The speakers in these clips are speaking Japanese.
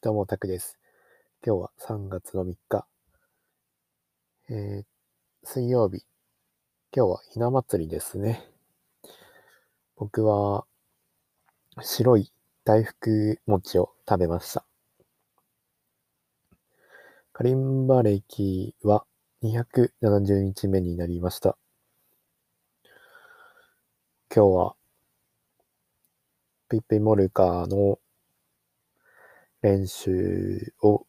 どうも、タクです。今日は3月の3日、水曜日。今日はひな祭りですね。僕は白い大福餅を食べました。カリンバ歴は270日目になりました。今日はペイペイモルカーの練習を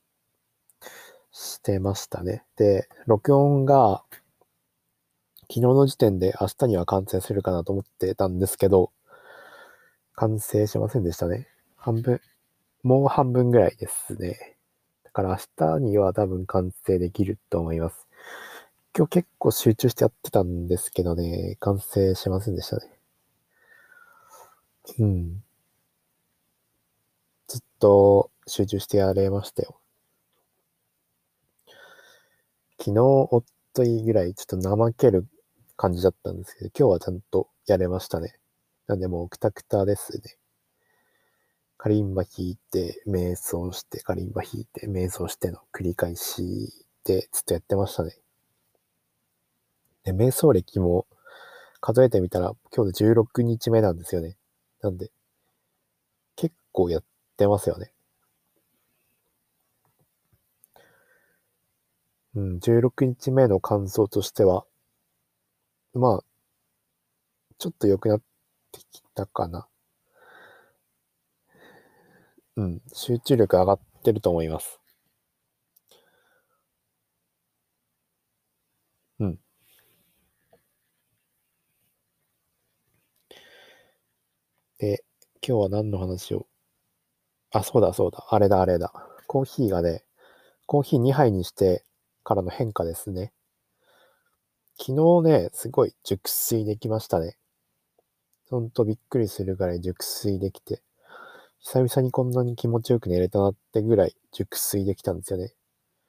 してましたね。で、録音が昨日の時点で明日には完成するかなと思ってたんですけど、完成しませんでしたね。もう半分ぐらいですね。だから明日には多分完成できると思います。今日結構集中してやってたんですけどね、完成しませんでしたね。うん。ずっと集中してやれましたよ。昨日、おっといぐらいちょっと怠ける感じだったんですけど、今日はちゃんとやれましたね。なんでもうクタクタですね。カリンバ弾いて、瞑想して、カリンバ弾いて、瞑想しての繰り返しでずっとやってましたね。で、瞑想歴も数えてみたら今日で16日目なんですよね。なんで、結構やってますよね。うん、16日目の感想としては、まあ、ちょっと良くなってきたかな。うん、集中力上がってると思います。うん。で、今日は何の話を。そうだそうだ。あれだあれだ。コーヒーがね、コーヒー2杯にしてからの変化ですね。昨日ね、すごい熟睡できましたね。ほんとびっくりするぐらい熟睡できて、久々にこんなに気持ちよく寝れたなってぐらい熟睡できたんですよね。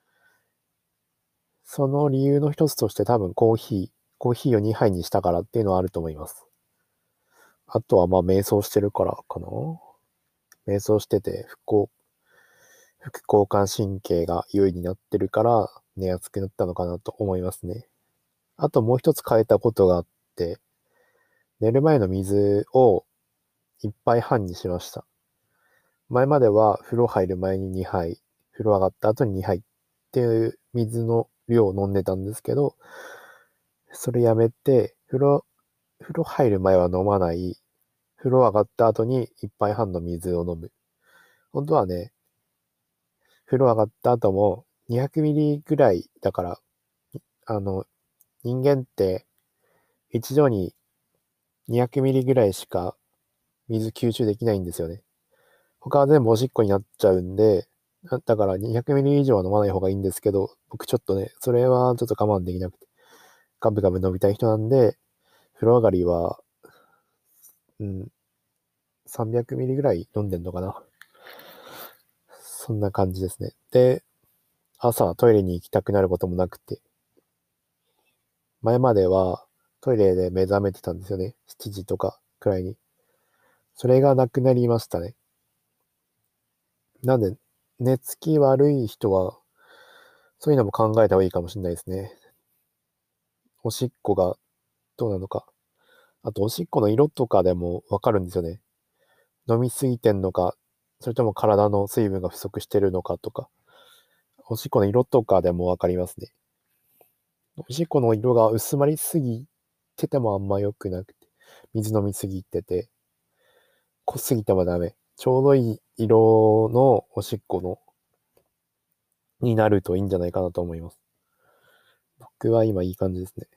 その理由の一つとして多分コーヒーを2杯にしたからっていうのはあると思います。あとはまあ瞑想してるからかな。瞑想してて副交感神経が優位になってるから寝やすくなったのかなと思いますね。あともう一つ変えたことがあって、寝る前の水を1杯半にしました。前までは風呂入る前に2杯、風呂上がった後に2杯っていう水の量を飲んでたんですけど、それやめて、風呂入る前は飲まない、風呂上がった後に1杯半の水を飲む。本当はね、風呂上がった後も200ミリぐらいだから、あの、人間って一度に200ミリぐらいしか水吸収できないんですよね。他は全部おしっこになっちゃうんで、だから200ミリ以上は飲まない方がいいんですけど、僕ちょっとね、それはちょっと我慢できなくて、ガブガブ飲みたい人なんで、風呂上がりは、うん、300ミリぐらい飲んでんのかな。そんな感じですね。で、朝トイレに行きたくなることもなくて、前まではトイレで目覚めてたんですよね。7時とかくらいに。それがなくなりましたね。なんで、寝つき悪い人は、そういうのも考えた方がいいかもしれないですね。おしっこがどうなのか。あと、おしっこの色とかでもわかるんですよね。飲みすぎてんのか、それとも体の水分が不足してるのかとか。おしっこの色とかでもわかりますね。おしっこの色が薄まりすぎててもあんま良くなくて、水飲みすぎてて、濃すぎてもダメ。ちょうどいい色のおしっこの、になるといいんじゃないかなと思います。僕は今いい感じですね。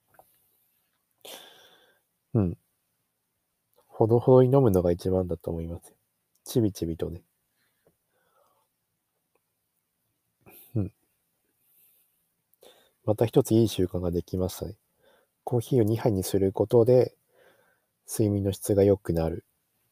うん。ほどほどに飲むのが一番だと思います。ちびちびとね。うん。また一ついい習慣ができましたね。コーヒーを2杯にすることで、睡眠の質が良くなる。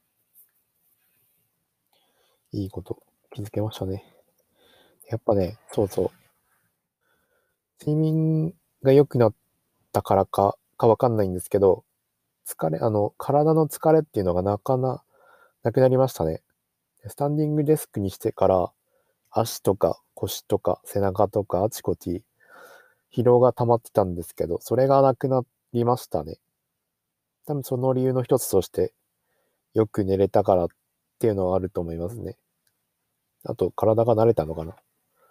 いいこと、気づけましたね。やっぱね、そうそう。睡眠が良くなったからかわかんないんですけど、体の疲れっていうのがなくなりましたね。 スタンディングデスクにしてから、足とか腰とか背中とかあちこち疲労が溜まってたんですけど、それがなくなりましたね。多分その理由の一つとして、よく寝れたからっていうのはあると思いますね。あと、体が慣れたのかな。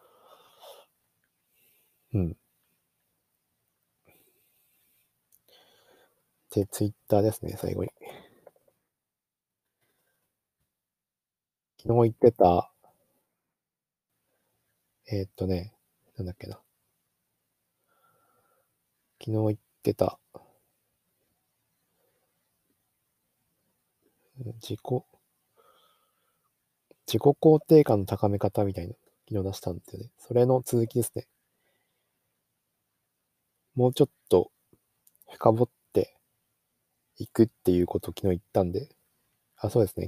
うん。で、ツイッターですね、最後に。昨日言ってた、なんだっけな。昨日言ってた、自己、自己肯定感の高め方みたいな、昨日出したんですよね。それの続きですね。もうちょっと深掘っていくっていうことを昨日言ったんで、そうですね。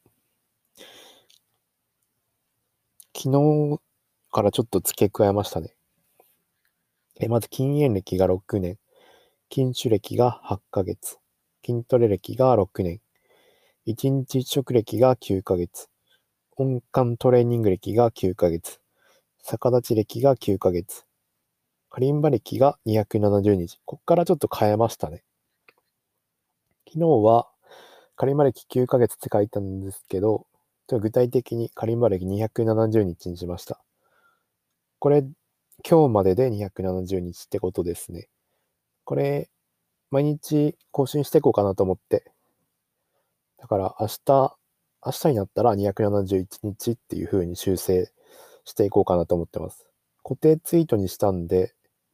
昨日からちょっと付け加えましたね。まず禁煙歴が6年、禁酒歴が8ヶ月、筋トレ歴が6年、1日1食歴が9ヶ月、音感トレーニング歴が9ヶ月、逆立ち歴が9ヶ月、カリンバ歴が270日。こっからちょっと変えましたね。昨日はカリンバ歴9ヶ月って書いたんですけど、具体的にカリンバ歴270日にしました。これ、今日までで270日ってことですね。これ、毎日更新していこうかなと思って。だから明日になったら271日っていう風に修正していこうかなと思ってます。固定ツイートにしたんで、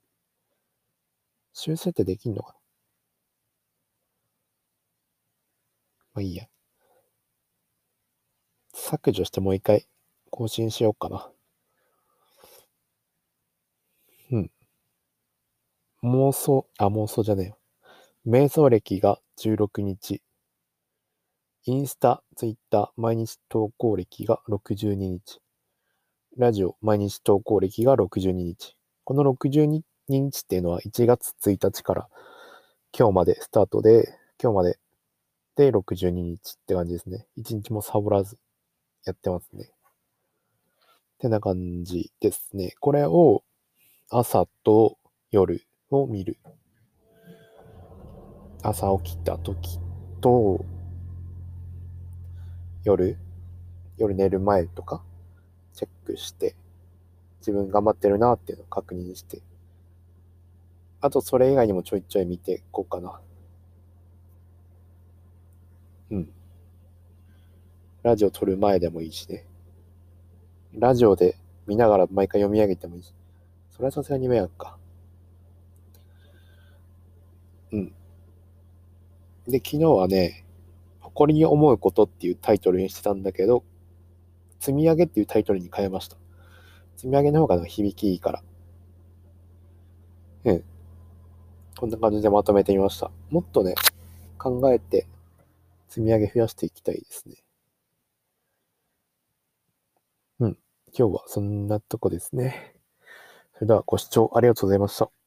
修正ってできんのかな。まあいいや。削除してもう一回更新しようかな。うん。妄想じゃねえよ。瞑想歴が16日。インスタ、ツイッター、毎日投稿歴が62日。ラジオ、毎日投稿歴が62日。この62日っていうのは1月1日から今日までスタートで、今日までで62日って感じですね。1日もサボらずやってますね。ってな感じですね。これを朝と夜を見る。朝起きた時と夜、夜寝る前とかチェックして、自分頑張ってるなっていうのを確認して、あとそれ以外にもちょいちょい見ていこうかな。うん。ラジオ撮る前でもいいしね。ラジオで見ながら毎回読み上げてもいいし。それはさすがに迷惑か。うん。で、昨日はね、誇りに思うことっていうタイトルにしてたんだけど、積み上げっていうタイトルに変えました。積み上げの方が響きいいから。うん。こんな感じでまとめてみました。もっとね、考えて積み上げ増やしていきたいですね。うん。今日はそんなとこですね。それではご視聴ありがとうございました。